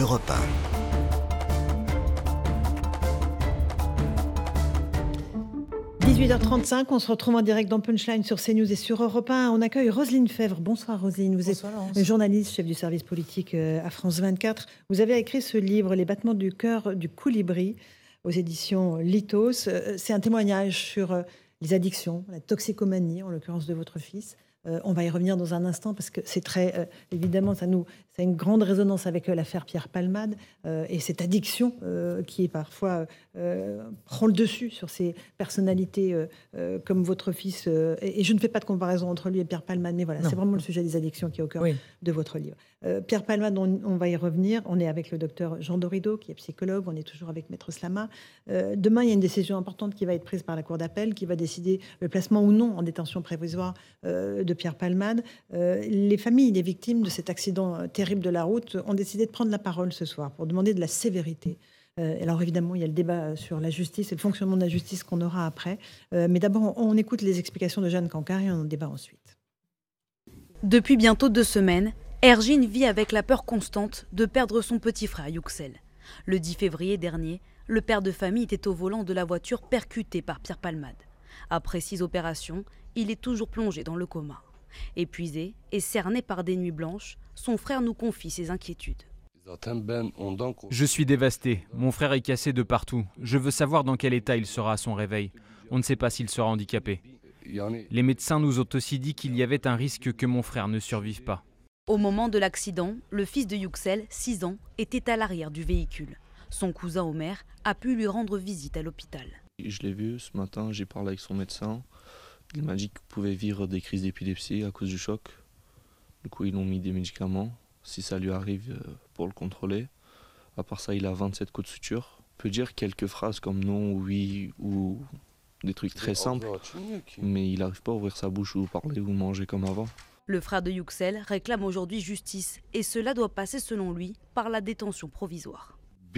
Europe 1. 18h35, on se retrouve en direct dans Punchline sur CNews et sur Europe 1. On accueille Roselyne Fèvre. Bonsoir Roselyne, vous êtes journaliste, chef du service politique à France 24. Vous avez écrit ce livre, Les battements du cœur du colibri, aux éditions Lithos. C'est un témoignage sur les addictions, la toxicomanie, en l'occurrence de votre fils. On va y revenir dans un instant parce que c'est très, évidemment, ça a une grande résonance avec l'affaire Pierre Palmade et cette addiction qui est parfois prend le dessus sur ces personnalités comme votre fils. Et je ne fais pas de comparaison entre lui et Pierre Palmade, mais voilà, c'est vraiment le sujet des addictions qui est au cœur de votre livre. Pierre Palmade, on va y revenir. On est avec le docteur Jean Dorido, qui est psychologue. On est toujours avec Maître Slama. Demain, il y a une décision importante qui va être prise par la Cour d'appel, qui va décider le placement ou non en détention prévisoire de Pierre Palmade. Les familles des victimes de cet accident terrible de la route ont décidé de prendre la parole ce soir pour demander de la sévérité. Alors évidemment, il y a le débat sur la justice et le fonctionnement de la justice qu'on aura après. Mais d'abord, on écoute les explications de Jeanne Cancard et on en débat ensuite. Depuis bientôt 2 semaines, Ergin vit avec la peur constante de perdre son petit frère Yüksel. Le 10 février dernier, le père de famille était au volant de la voiture percutée par Pierre Palmade. Après 6 opérations, il est toujours plongé dans le coma. Épuisé et cerné par des nuits blanches, son frère nous confie ses inquiétudes. Je suis dévasté. Mon frère est cassé de partout. Je veux savoir dans quel état il sera à son réveil. On ne sait pas s'il sera handicapé. Les médecins nous ont aussi dit qu'il y avait un risque que mon frère ne survive pas. Au moment de l'accident, le fils de Yüksel, 6 ans, était à l'arrière du véhicule. Son cousin Omer a pu lui rendre visite à l'hôpital. Je l'ai vu ce matin, j'ai parlé avec son médecin. Il m'a dit qu'il pouvait vivre des crises d'épilepsie à cause du choc. Du coup, ils l'ont mis des médicaments, si ça lui arrive, pour le contrôler. À part ça, il a 27 coups de suture. Il peut dire quelques phrases comme non, oui, ou des trucs très simples. Mais il n'arrive pas à ouvrir sa bouche ou parler ou manger comme avant. Le frère de Yüksel réclame aujourd'hui justice et cela doit passer selon lui par la détention provisoire.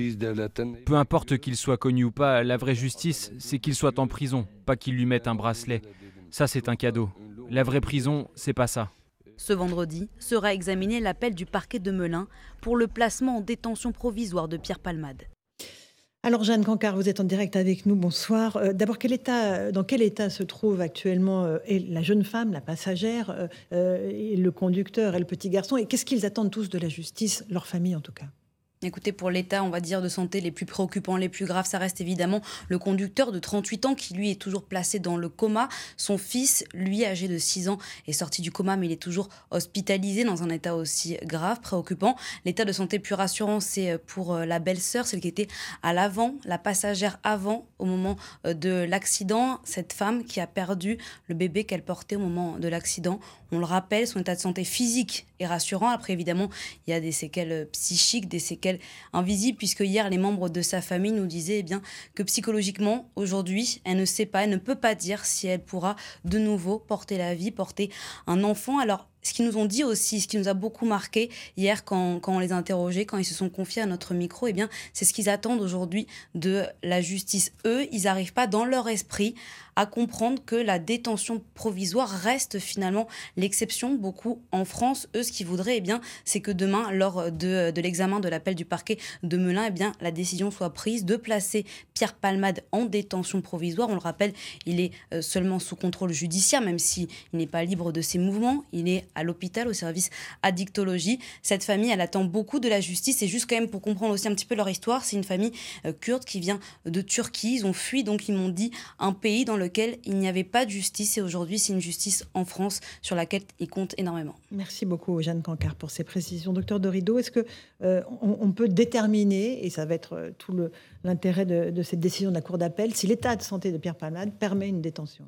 Peu importe qu'il soit connu ou pas, la vraie justice, c'est qu'il soit en prison, pas qu'il lui mette un bracelet. Ça, c'est un cadeau. La vraie prison, c'est pas ça. Ce vendredi sera examiné l'appel du parquet de Melun pour le placement en détention provisoire de Pierre Palmade. Alors Jeanne Cancard, vous êtes en direct avec nous, bonsoir. D'abord, dans quel état se trouve actuellement la jeune femme, la passagère, et le conducteur et le petit garçon? Et qu'est-ce qu'ils attendent tous de la justice, leur famille en tout cas? Écoutez, pour l'état, on va dire, de santé les plus préoccupants, les plus graves, ça reste évidemment le conducteur de 38 ans qui, lui, est toujours placé dans le coma. Son fils, lui, âgé de 6 ans, est sorti du coma, mais il est toujours hospitalisé dans un état aussi grave, préoccupant. L'état de santé plus rassurant, c'est pour la belle-sœur, celle qui était à l'avant, la passagère avant, au moment de l'accident. Cette femme qui a perdu le bébé qu'elle portait au moment de l'accident. On le rappelle, son état de santé physique est rassurant. Après, évidemment, il y a des séquelles psychiques, des séquelles invisibles, puisque hier, les membres de sa famille nous disaient que psychologiquement, aujourd'hui, elle ne sait pas, elle ne peut pas dire si elle pourra de nouveau porter la vie, porter un enfant. Alors, ce qu'ils nous ont dit aussi, ce qui nous a beaucoup marqué hier quand on les a interrogés, quand ils se sont confiés à notre micro, c'est ce qu'ils attendent aujourd'hui de la justice. Eux, ils n'arrivent pas dans leur esprit à comprendre que la détention provisoire reste finalement l'exception. Beaucoup en France, eux, ce qu'ils voudraient, c'est que demain, lors de l'examen de l'appel du parquet de Melun, la décision soit prise de placer Pierre Palmade en détention provisoire. On le rappelle, il est seulement sous contrôle judiciaire, même s'il n'est pas libre de ses mouvements. Il est à l'hôpital, au service addictologie. Cette famille, elle attend beaucoup de la justice. Et juste quand même pour comprendre aussi un petit peu leur histoire, c'est une famille kurde qui vient de Turquie. Ils ont fui, donc ils m'ont dit, un pays dans lequel il n'y avait pas de justice. Et aujourd'hui, c'est une justice en France sur laquelle ils comptent énormément. Merci beaucoup, Jeanne Cancard, pour ces précisions. Docteur Dorido, est-ce qu'on peut déterminer, et ça va être tout l'intérêt de cette décision de la Cour d'appel, si l'état de santé de Pierre Palmade permet une détention?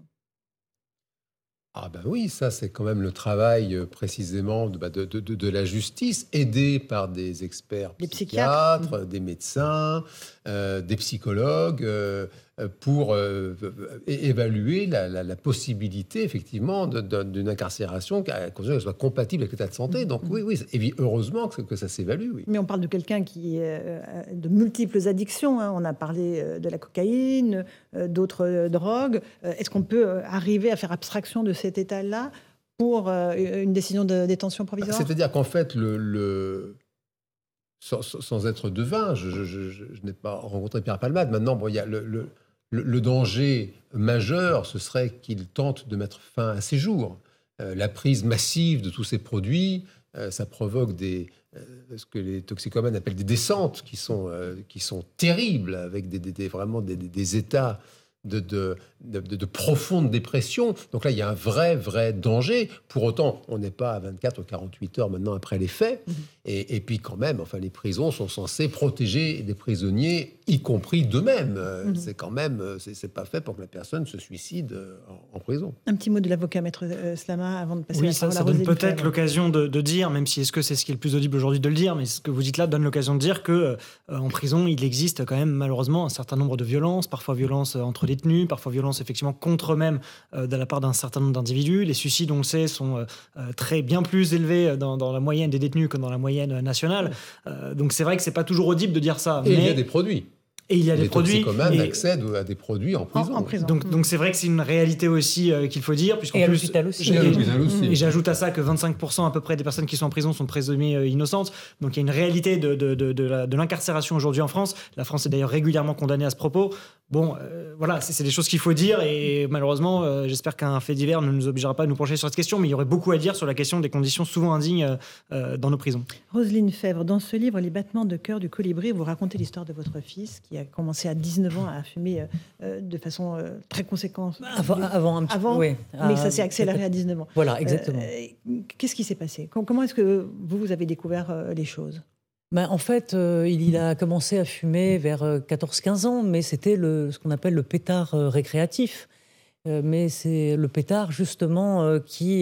Ah ben oui, ça c'est quand même le travail précisément de la justice, aidé par des experts des psychiatres, des médecins, des psychologues, pour évaluer la possibilité effectivement d'une incarcération à condition qu'elle soit compatible avec l'état de santé. Donc oui, heureusement que ça s'évalue. Oui. Mais on parle de quelqu'un qui a de multiples addictions. On a parlé de la cocaïne, d'autres drogues. Est-ce qu'on peut arriver à faire abstraction de cet état-là pour une décision de détention provisoire? C'est-à-dire qu'en fait, sans être devin, je n'ai pas rencontré Pierre Palmade. Maintenant, il y a le danger majeur, ce serait qu'il tente de mettre fin à ses jours. La prise massive de tous ces produits, ça provoque ce que les toxicomanes appellent des descentes qui sont terribles, avec vraiment des états de profonde dépression. Donc là, il y a un vrai danger. Pour autant, on n'est pas à 24 ou 48 heures maintenant après les faits. Et puis quand même, les prisons sont censées protéger des prisonniers, y compris d'eux-mêmes. C'est quand même, c'est pas fait pour que la personne se suicide en prison. Un petit mot de l'avocat, Maître Slama, avant de passer à la parole à ça donne Roselyne peut-être Febvre. l'occasion de dire, même si est-ce que c'est ce qui est le plus audible aujourd'hui de le dire, mais ce que vous dites là donne l'occasion de dire que en prison, il existe quand même malheureusement un certain nombre de violences, parfois violences entre détenus, parfois violences effectivement contre eux-mêmes de la part d'un certain nombre d'individus. Les suicides, on le sait, sont bien plus élevés dans la moyenne des détenus que dans la moyenne nationale. Donc c'est vrai que c'est pas toujours audible de dire ça. Et il y a des produits. Et il y a des produits. Les toxicomanes accèdent à des produits en prison. Donc c'est vrai que c'est une réalité aussi qu'il faut dire. Et à l'hôpital aussi. Et j'ajoute à ça que 25% à peu près des personnes qui sont en prison sont présumées innocentes. Donc il y a une réalité de l'incarcération aujourd'hui en France. La France est d'ailleurs régulièrement condamnée à ce propos. Bon, voilà, c'est des choses qu'il faut dire. Et malheureusement, j'espère qu'un fait divers ne nous obligera pas à nous pencher sur cette question. Mais il y aurait beaucoup à dire sur la question des conditions souvent indignes dans nos prisons. Roselyne Febvre, dans ce livre, Les battements de cœur du colibri, vous racontez l'histoire de votre fils qui a commencé à 19 ans à fumer de façon très conséquente. Avant, oui. Mais ça s'est accéléré à 19 ans. Voilà, exactement. Qu'est-ce qui s'est passé ? Comment est-ce que vous avez découvert les choses ? En fait, il a commencé à fumer vers 14-15 ans, mais c'était ce qu'on appelle le pétard récréatif. Mais c'est le pétard, justement, qui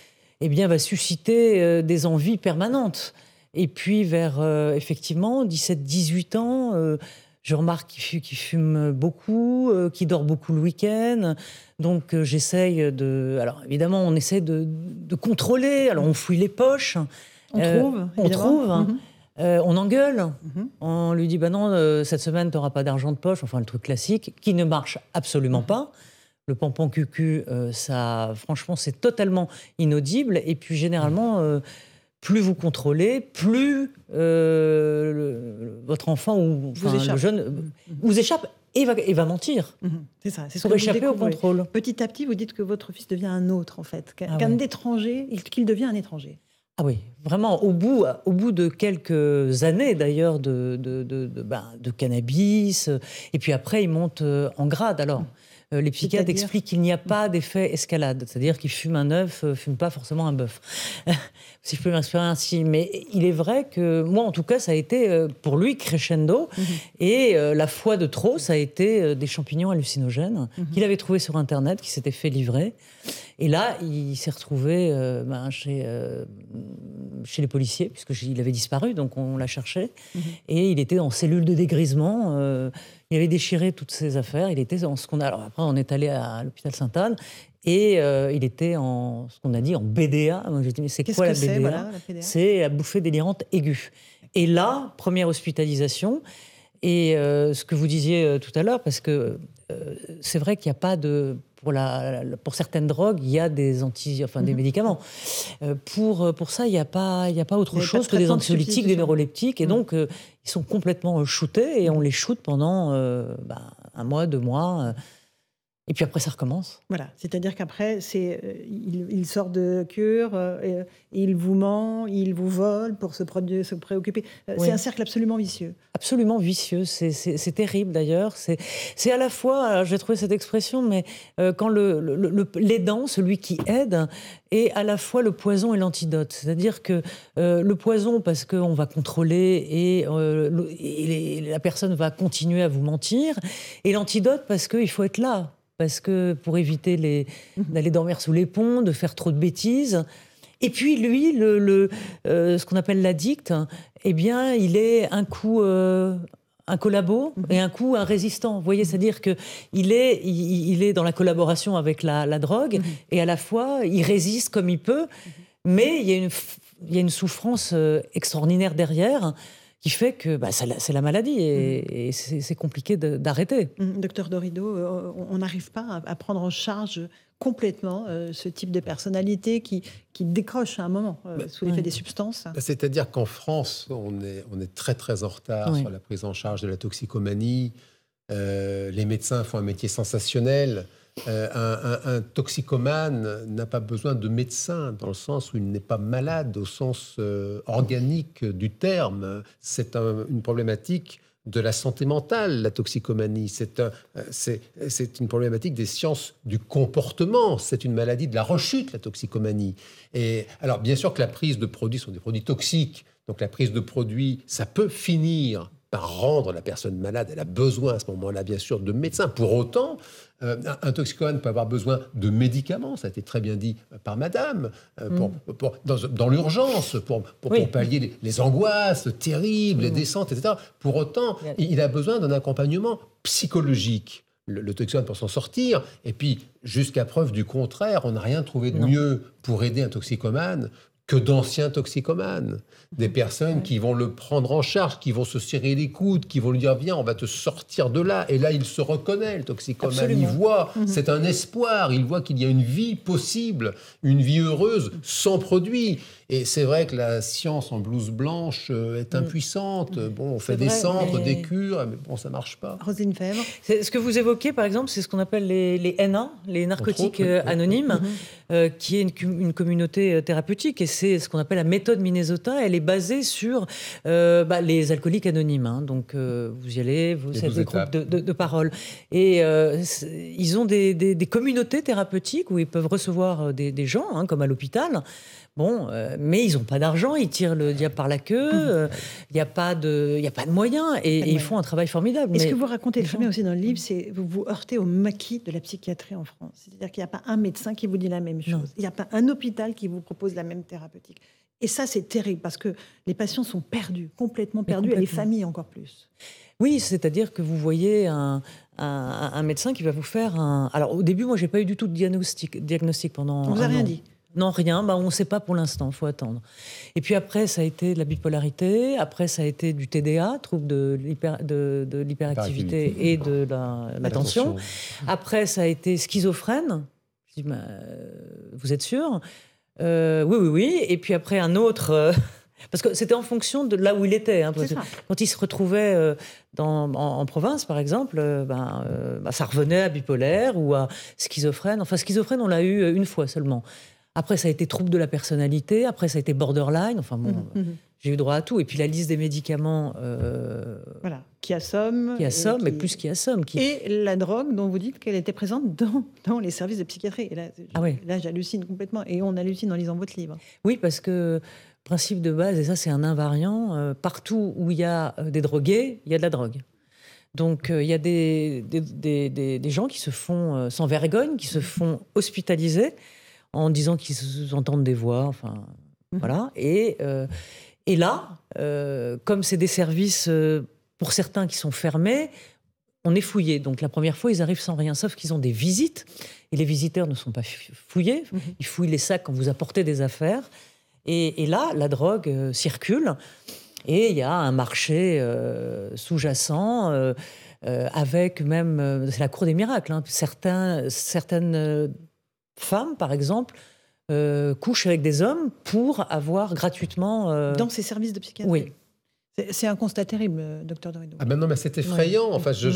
va susciter des envies permanentes. Et puis, vers, effectivement, 17-18 ans, je remarque qu'il fume beaucoup, qu'il dort beaucoup le week-end. Donc, j'essaye de... Alors, évidemment, on essaie de contrôler. Alors, on fouille les poches. On trouve. On engueule. On lui dit non, cette semaine, tu n'auras pas d'argent de poche. Enfin, le truc classique qui ne marche absolument pas. Le pampan cucu, ça, franchement, c'est totalement inaudible. Et puis, généralement, plus vous contrôlez, plus votre enfant ou le jeune vous échappe et va mentir. C'est ça. C'est pour échapper au contrôle. Petit à petit, vous dites que votre fils devient un autre, en fait. Qu'un étranger, qu'il devient un étranger. Ah oui, vraiment, au bout de quelques années d'ailleurs de cannabis, et puis après il monte en grade. Alors, les psychiatres expliquent qu'il n'y a pas d'effet escalade, c'est-à-dire qu'il fume un œuf, fume pas forcément un bœuf, si je peux m'exprimer ainsi. Mais il est vrai que moi, en tout cas, ça a été pour lui crescendo, et la fois de trop, ça a été des champignons hallucinogènes qu'il avait trouvés sur Internet, qui s'étaient fait livrer. Et là, il s'est retrouvé chez les policiers, puisqu'il avait disparu, donc on l'a cherché. Et il était en cellule de dégrisement. Il avait déchiré toutes ses affaires. Il était dans ce qu'on a... Alors après, on est allé à l'hôpital Sainte-Anne. Et il était en ce qu'on a dit en BDA. Moi, j'ai dit, mais c'est quoi la BDA ? La BDA ? C'est la bouffée délirante aiguë. Et là, première hospitalisation. Et ce que vous disiez tout à l'heure, parce que c'est vrai qu'il n'y a pas de... Pour certaines drogues, il y a des des médicaments. Pour ça, il n'y a pas autre chose que des anxiolytiques, des neuroleptiques. Et donc, ils sont complètement shootés et on les shoot pendant 1 mois, 2 mois. Et puis après, ça recommence. Voilà, c'est-à-dire qu'après, il sort de cure, il vous ment, il vous vole pour se préoccuper. Oui. C'est un cercle absolument vicieux. Absolument vicieux, c'est terrible d'ailleurs. C'est à la fois, alors j'ai trouvé cette expression, mais quand l'aidant, celui qui aide, est à la fois le poison et l'antidote. C'est-à-dire que le poison, parce qu'on va contrôler et la personne va continuer à vous mentir, et l'antidote, parce qu'il faut être là. Parce que pour éviter d'aller dormir sous les ponts, de faire trop de bêtises. Et puis lui, ce qu'on appelle l'addict, eh bien, il est un coup un collabo et un coup un résistant. Vous voyez, c'est-à-dire qu'il est dans la collaboration avec la drogue et à la fois, il résiste comme il peut, mais il y a une souffrance extraordinaire derrière qui fait que c'est la maladie et c'est compliqué d'arrêter. Docteur Dorido, on n'arrive pas à prendre en charge complètement ce type de personnalité qui décroche à un moment sous l'effet des substances. C'est-à-dire qu'en France, on est très très en retard sur la prise en charge de la toxicomanie. Les médecins font un métier sensationnel. Un toxicomane n'a pas besoin de médecin dans le sens où il n'est pas malade au sens organique du terme. C'est une problématique de la santé mentale, la toxicomanie. C'est une problématique des sciences du comportement. C'est une maladie de la rechute, la toxicomanie. Et alors, bien sûr que la prise de produits sont des produits toxiques. Donc, la prise de produits, ça peut finir par rendre la personne malade. Elle a besoin à ce moment-là, bien sûr, de médecins. Pour autant, un toxicomane peut avoir besoin de médicaments, ça a été très bien dit par madame, dans l'urgence, pour pallier les angoisses terribles, les descentes, etc. Pour autant, il a besoin d'un accompagnement psychologique. Le toxicomane pour s'en sortir. Et puis, jusqu'à preuve du contraire, on n'a rien trouvé de mieux pour aider un toxicomane que d'anciens toxicomanes. Des personnes qui vont le prendre en charge, qui vont se serrer les coudes, qui vont lui dire « Viens, on va te sortir de là ». Et là, il se reconnaît, le toxicomane. Absolument. Il voit, c'est un espoir, il voit qu'il y a une vie possible, une vie heureuse sans produit. Et c'est vrai que la science en blouse blanche est impuissante. Bon, on fait des centres, des cures, mais bon, ça ne marche pas. Roselyne Febvre. Ce que vous évoquez, par exemple, c'est ce qu'on appelle les NA, les narcotiques anonymes, qui est une communauté thérapeutique. Et c'est ce qu'on appelle la méthode Minnesota. Elle est basée sur les alcooliques anonymes. Donc, vous y allez, c'est des groupes de parole. Et ils ont des communautés thérapeutiques où ils peuvent recevoir des gens, comme à l'hôpital. Bon, mais ils n'ont pas d'argent, ils tirent le diable par la queue, il n'y a pas de moyens, et ils font un travail formidable. Et ce que vous racontez très bien aussi dans le livre, c'est vous vous heurtez au maquis de la psychiatrie en France. C'est-à-dire qu'il n'y a pas un médecin qui vous dit la même chose, il n'y a pas un hôpital qui vous propose la même thérapeutique. Et ça, c'est terrible, parce que les patients sont perdus, complètement perdus, et les familles encore plus. Oui, c'est-à-dire que vous voyez un médecin qui va vous faire un... Alors, au début, moi, je n'ai pas eu du tout de diagnostic pendant on vous a rien dit? Non, rien. On ne sait pas pour l'instant, il faut attendre. Et puis après, ça a été de la bipolarité. Après, ça a été du TDA, trouble de l'hyperactivité et de l'attention. Après, ça a été schizophrène. Je dis, vous êtes sûr? Oui. Et puis après, un autre... Parce que c'était en fonction de là où il était. Quand il se retrouvait en province, par exemple, ça revenait à bipolaire ou à schizophrène. Enfin, schizophrène, on l'a eu une fois seulement. Après, ça a été trouble de la personnalité. Après, ça a été borderline. Enfin, bon, j'ai eu droit à tout. Et puis, la liste des médicaments... qui assomme. Mais plus qui assomme. Et la drogue, dont vous dites qu'elle était présente dans les services de psychiatrie. Et là, j'hallucine complètement. Et on hallucine en lisant votre livre. Oui, parce que, principe de base, et ça, c'est un invariant, partout où il y a des drogués, il y a de la drogue. Donc, il y a des gens qui se font, sans vergogne, qui se font hospitaliser en disant qu'ils entendent des voix, voilà. Et là, comme c'est des services, pour certains qui sont fermés, on est fouillé. Donc la première fois, ils arrivent sans rien, sauf qu'ils ont des visites, et les visiteurs ne sont pas fouillés. Ils fouillent les sacs quand vous apportez des affaires. Et là, la drogue circule, et il y a un marché sous-jacent, avec même... c'est la cour des miracles. Certaines femmes, par exemple, couchent avec des hommes pour avoir gratuitement... Dans ces services de psychiatrie. Oui. C'est un constat terrible, docteur Dorido. Ah ben non, mais c'est effrayant. Enfin, si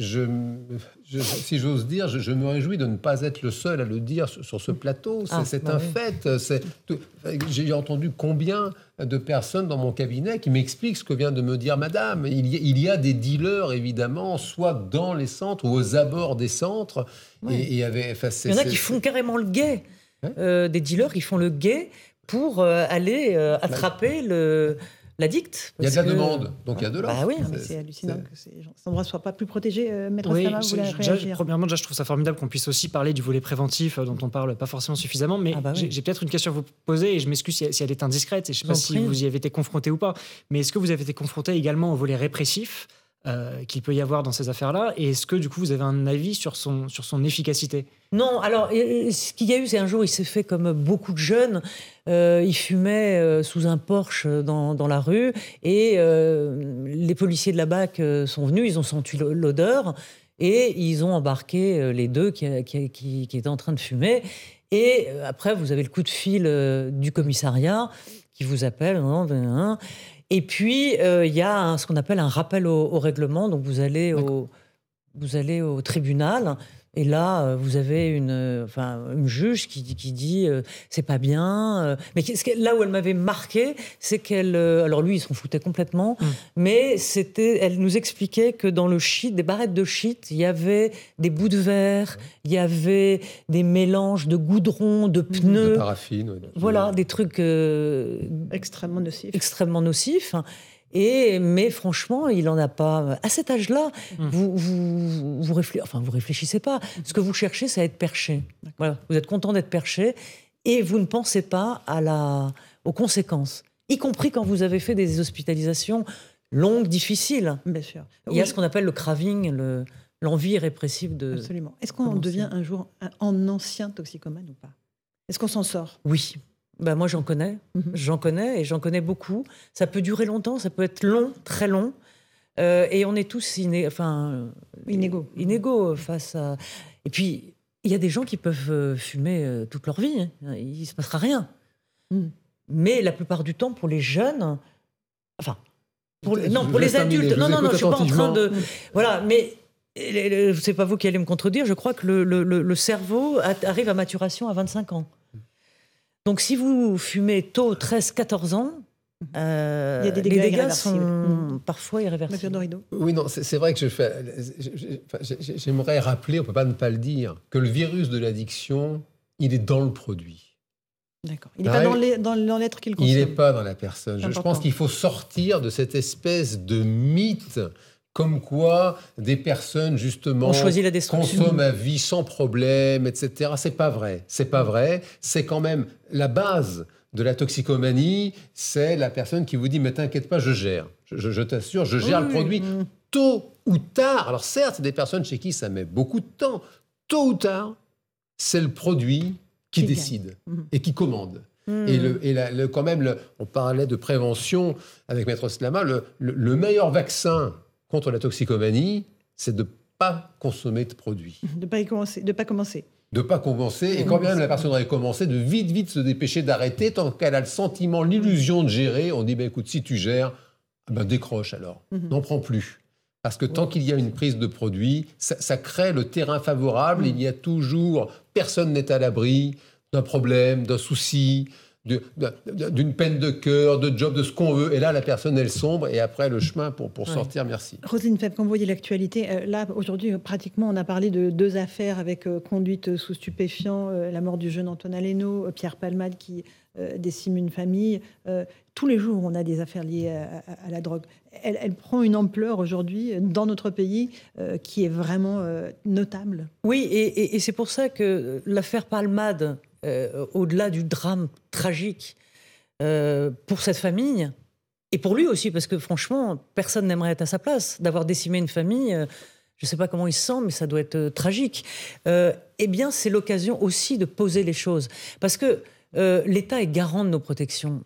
j'ose dire, je me réjouis de ne pas être le seul à le dire sur ce plateau. C'est un fait. J'ai entendu combien de personnes dans mon cabinet qui m'expliquent ce que vient de me dire madame. Il y a des dealers, évidemment, soit dans les centres ou aux abords des centres. Il y en a qui font carrément le guet. Des dealers qui font le guet pour aller attraper l'addict. Il y a de la demande, donc il y a de l'offre. Oui, c'est hallucinant que ces endroits ne soient pas plus protégés. Maître Fama, vous voulez réagir? Premièrement, je trouve ça formidable qu'on puisse aussi parler du volet préventif dont on parle pas forcément suffisamment, mais j'ai peut-être une question à vous poser et je m'excuse si elle est indiscrète et je ne sais pas si vous y avez été confronté ou pas, mais est-ce que vous avez été confronté également au volet répressif qu'il peut y avoir dans ces affaires-là. Et est-ce que, du coup, vous avez un avis sur son efficacité ? Non, alors, ce qu'il y a eu, c'est un jour, il s'est fait comme beaucoup de jeunes. Il fumait sous un Porsche dans la rue. Et les policiers de la BAC sont venus, ils ont senti l'odeur. Et ils ont embarqué les deux qui étaient en train de fumer. Et après, vous avez le coup de fil du commissariat qui vous appelle. Et puis, il y a ce qu'on appelle un rappel au règlement. Donc, vous allez au tribunal. Et là, vous avez une juge qui dit c'est pas bien. Mais là où elle m'avait marqué, c'est qu'elle... alors lui, il s'en foutait complètement. Mais elle nous expliquait que dans le shit, des barrettes de shit, il y avait des bouts de verre, il y avait des mélanges de goudron, de pneus. De paraffine. Ouais, voilà, des trucs... extrêmement nocifs. Extrêmement nocifs. Mais franchement, il n'en a pas. À cet âge-là, vous réfléchissez pas. Ce que vous cherchez, c'est à être perché. Voilà. Vous êtes content d'être perché et vous ne pensez pas aux conséquences, y compris quand vous avez fait des hospitalisations longues, difficiles. Bien sûr. Il y a ce qu'on appelle le craving, l'envie irrépressible de... Absolument. Est-ce qu'on devient un jour un ancien toxicomane ou pas ? Est-ce qu'on s'en sort ? Oui. Moi, j'en connais. J'en connais et j'en connais beaucoup. Ça peut durer longtemps, ça peut être long, très long. Et on est tous inégaux face à... Et puis, il y a des gens qui peuvent fumer toute leur vie. Hein. Il ne se passera rien. Mais la plupart du temps, pour les jeunes... pour les adultes... Non, je ne suis pas en train de... Voilà, mais... C'est pas vous qui allez me contredire. Je crois que le cerveau arrive à maturation à 25 ans. Donc, si vous fumez tôt, 13, 14 ans, les dégâts sont parfois irréversibles. Oui, non, c'est vrai que j'aimerais rappeler, on ne peut pas ne pas le dire, que le virus de l'addiction, il est dans le produit. D'accord. Il n'est pas dans l'être qu'il consomme. Il n'est pas dans la personne. Je pense qu'il faut sortir de cette espèce de mythe comme quoi des personnes, justement, consomment à vie sans problème, etc. C'est pas vrai. C'est pas vrai. C'est quand même la base de la toxicomanie, c'est la personne qui vous dit « Mais t'inquiète pas, je gère. Je t'assure, je gère le produit. » Tôt ou tard, alors certes, c'est des personnes chez qui ça met beaucoup de temps. Tôt ou tard, c'est le produit qui décide et qui commande. Et quand même, on parlait de prévention avec Maître Slama, le meilleur vaccin contre la toxicomanie, c'est de ne pas consommer de produits. De ne pas commencer. Et quand bien même la personne aurait commencé, de vite se dépêcher d'arrêter, tant qu'elle a le sentiment, l'illusion de gérer, on dit, écoute, si tu gères, décroche alors, n'en prends plus. Parce que tant qu'il y a une prise de produit, ça crée le terrain favorable, il y a toujours, personne n'est à l'abri d'un problème, d'un souci, d'une peine de cœur, de job, de ce qu'on veut. Et là, la personne, elle sombre. Et après, le chemin pour sortir, merci. Roselyne Febvre, quand vous voyez l'actualité, là, aujourd'hui, pratiquement, on a parlé de 2 affaires avec conduite sous stupéfiants, la mort du jeune Antoine Aleno, Pierre Palmade qui décime une famille. Tous les jours, on a des affaires liées à la drogue. Elle prend une ampleur aujourd'hui dans notre pays qui est vraiment notable. Oui, et c'est pour ça que l'affaire Palmade, au-delà du drame tragique pour cette famille, et pour lui aussi, parce que franchement, personne n'aimerait être à sa place, d'avoir décimé une famille, je ne sais pas comment il se sent, mais ça doit être tragique. Eh bien, c'est l'occasion aussi de poser les choses. Parce que l'État est garant de nos protections.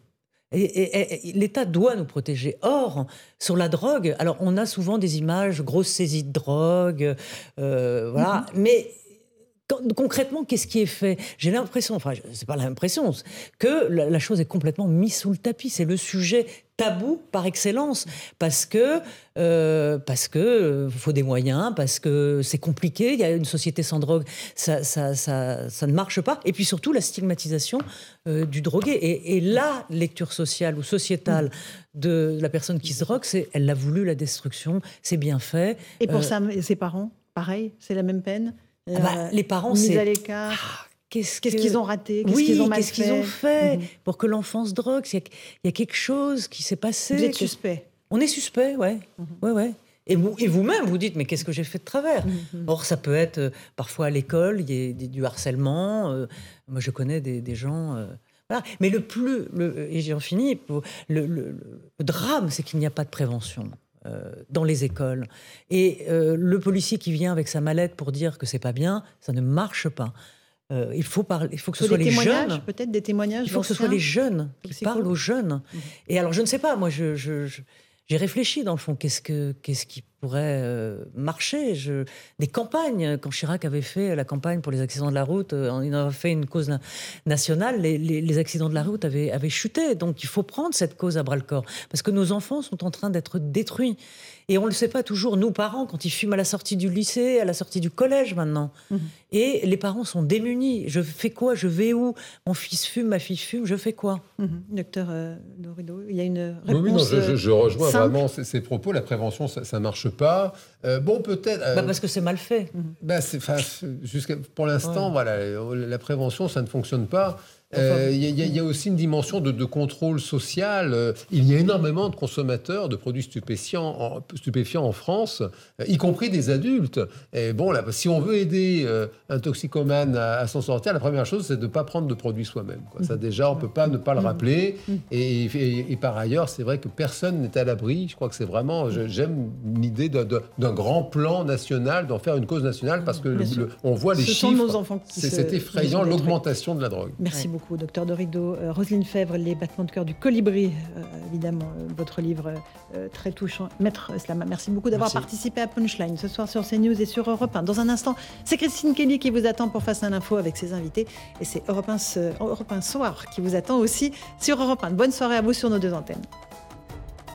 Et l'État doit nous protéger. Or, sur la drogue, alors on a souvent des images, grosse saisie de drogue, voilà, mais... Concrètement, qu'est-ce qui est fait ? J'ai l'impression, c'est pas l'impression, que la chose est complètement mise sous le tapis. C'est le sujet tabou par excellence, parce que faut des moyens, parce que c'est compliqué. Il y a une société sans drogue, ça ne marche pas. Et puis surtout la stigmatisation du drogué. Et la lecture sociale ou sociétale de la personne qui se drogue, c'est elle a voulu la destruction, c'est bien fait. Et pour ses parents, pareil, c'est la même peine. Les parents, mis à l'écart. Qu'est-ce qu'ils ont raté ? Qu'est-ce qu'ils ont mal fait ? Qu'est-ce qu'ils ont fait pour que l'enfant se drogue ? Il y a quelque chose qui s'est passé. Vous êtes suspect. On est suspect, ouais. Ouais. Et vous-même, vous dites, mais qu'est-ce que j'ai fait de travers ? Or, ça peut être parfois à l'école, il y a du harcèlement. Moi, je connais des gens... voilà. Mais et j'en finis, le drame, c'est qu'il n'y a pas de prévention. dans les écoles. Et le policier qui vient avec sa mallette pour dire que c'est pas bien, ça ne marche pas. Il faut que ce soit les jeunes. Peut-être des témoignages. Il faut que ce soit les jeunes qui parlent aux jeunes. Et alors, je ne sais pas, moi, j'ai réfléchi, dans le fond, qu'est-ce qui pourrait marcher. Des campagnes, quand Chirac avait fait la campagne pour les accidents de la route, il avait fait une cause nationale, les accidents de la route avaient chuté. Donc il faut prendre cette cause à bras-le-corps, parce que nos enfants sont en train d'être détruits. Et on ne le sait pas toujours, nous, parents, quand ils fument à la sortie du lycée, à la sortie du collège maintenant. Et les parents sont démunis. Je fais quoi? Je vais où? Mon fils fume, ma fille fume, je fais quoi? Docteur Dorido, il y a une réponse Oui, non, je rejoins simple. vraiment ces propos. La prévention, ça ne marche pas. Bon, peut-être... parce que c'est mal fait. Pour l'instant, voilà, la prévention, ça ne fonctionne pas. Il y a aussi une dimension de contrôle social. Il y a énormément de consommateurs de produits stupéfiants en France, y compris des adultes. Et bon, là, si on veut aider un toxicomane à s'en sortir, la première chose, c'est de ne pas prendre de produits soi-même. Ça, déjà, on ne peut pas ne pas le rappeler. Et par ailleurs, c'est vrai que personne n'est à l'abri. Je crois que c'est vraiment... J'aime l'idée d'un grand plan national, d'en faire une cause nationale, parce que on voit les chiffres. Nos enfants c'est effrayant, l'augmentation de la drogue. Merci beaucoup. Docteur Dorido. Roselyne Fèvre, Les battements de cœur du colibri, évidemment, votre livre très touchant. Maître Slama, merci beaucoup d'avoir participé à Punchline ce soir sur CNews et sur Europe 1. Dans un instant, c'est Christine Kelly qui vous attend pour Face à l'info avec ses invités, et c'est Europe 1 Soir qui vous attend aussi sur Europe 1. Bonne soirée à vous sur nos deux antennes.